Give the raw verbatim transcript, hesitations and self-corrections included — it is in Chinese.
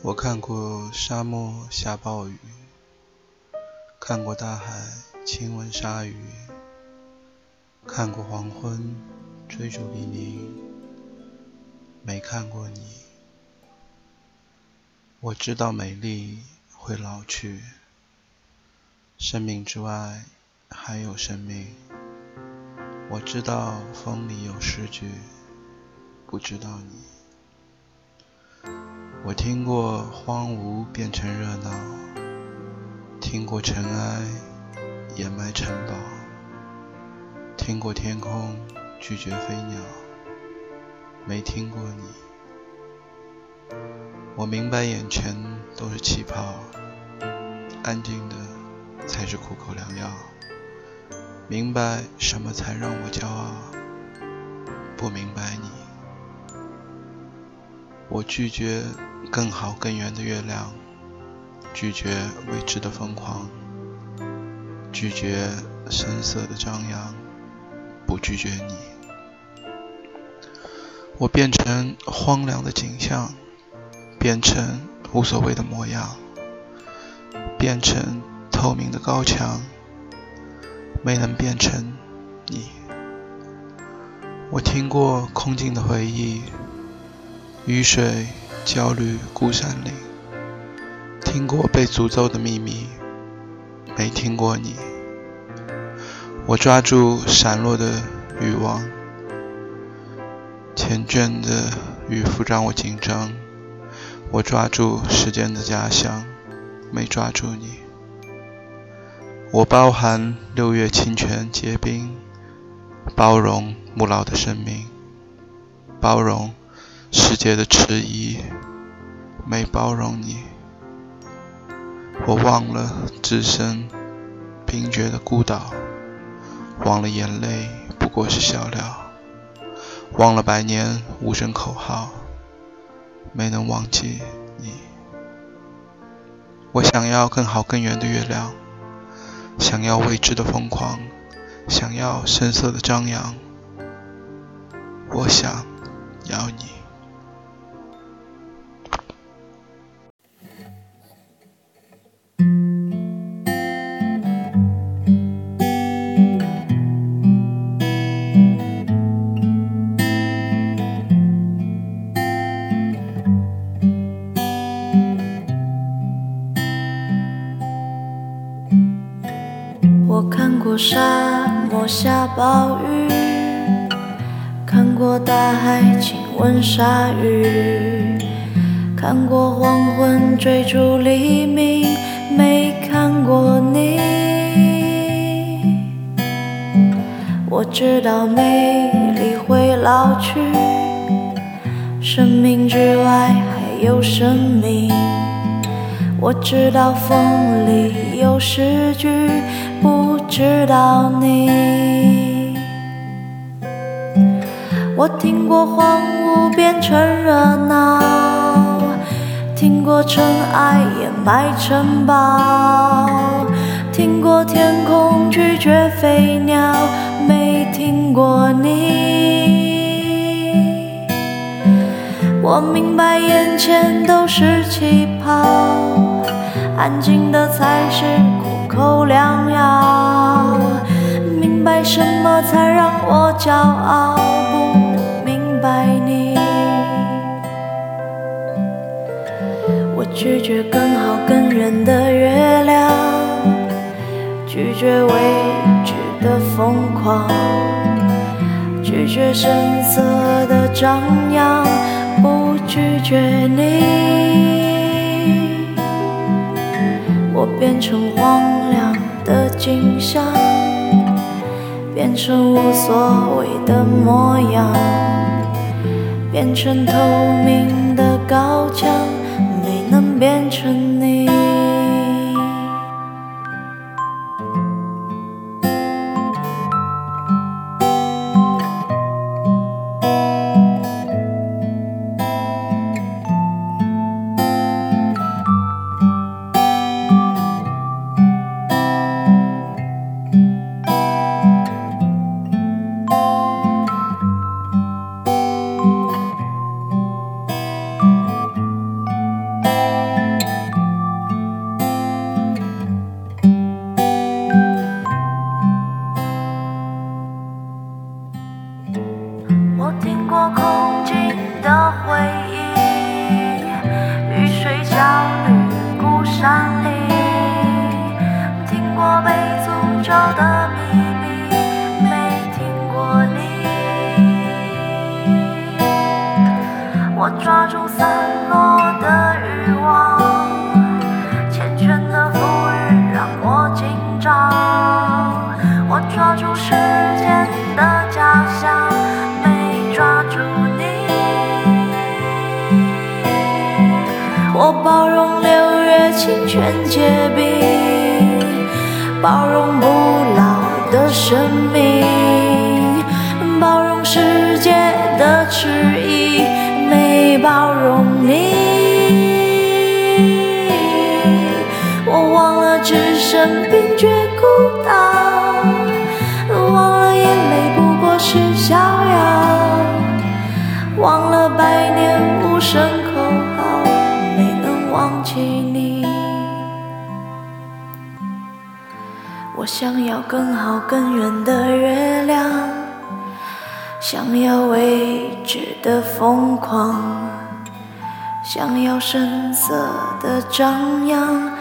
我看过沙漠下暴雨，看过大海亲吻鲨鱼，看过黄昏追逐黎明，没看过你。我知道美丽会老去，生命之外还有生命。我知道风里有诗句，不知道你。我听过荒芜变成热闹，听过尘埃掩埋城堡，听过天空拒绝飞鸟，没听过你。我明白眼前都是气泡，安静的才是苦口良药。明白什么才让我骄傲，不明白你。我拒绝更好更圆的月亮，拒绝未知的疯狂，拒绝深色的张扬，不拒绝你。我变成荒凉的景象，变成无所谓的模样，变成透明的高墙，没能变成你。我听过空境的回忆，雨水焦虑孤山岭，听过被诅咒的秘密，没听过你。我抓住闪落的欲望，缱绻的渔夫让我紧张。我抓住时间的假象，没抓住你。我包含六月清泉结冰，包容木老的生命，包容世界的迟疑，没包容你。我忘了置身冰绝的孤岛，忘了眼泪不过是笑料，忘了百年无声口号，没能忘记你。我想要更好更圆的月亮，想要未知的疯狂，想要深色的张扬，我想要你。 我看过沙漠下暴雨，看过大海亲吻鲨鱼，看过黄昏追逐黎明，没看过你。我知道美丽会老去，生命之外还有生命。我知道风里有诗句，不知道你。我听过荒芜变成热闹，听过尘埃掩埋城堡，听过天空拒绝飞鸟，没听过你。我明白眼前都是气泡，安静的才是苦口良药。明白什么才让我骄傲，不明白你。我拒绝更好更圆的月亮，拒绝未知的疯狂，拒绝深色的张扬，不拒绝你。我变成荒凉的景象，变成无所谓的模样，变成透明的高墙，没能变成你。 散落的欲望，缱绻的浮语让我紧张。我抓住时间的假象，没抓住你。我包容六月清泉结冰，包容不老的生命，包容世界的迟疑，没包容你。我忘了置身冰绝孤岛，忘了眼泪不过是逍遥，忘了百年无声口号，没能忘记你。我想要更好更远的月亮，想要未知的疯狂，想要声色的张扬，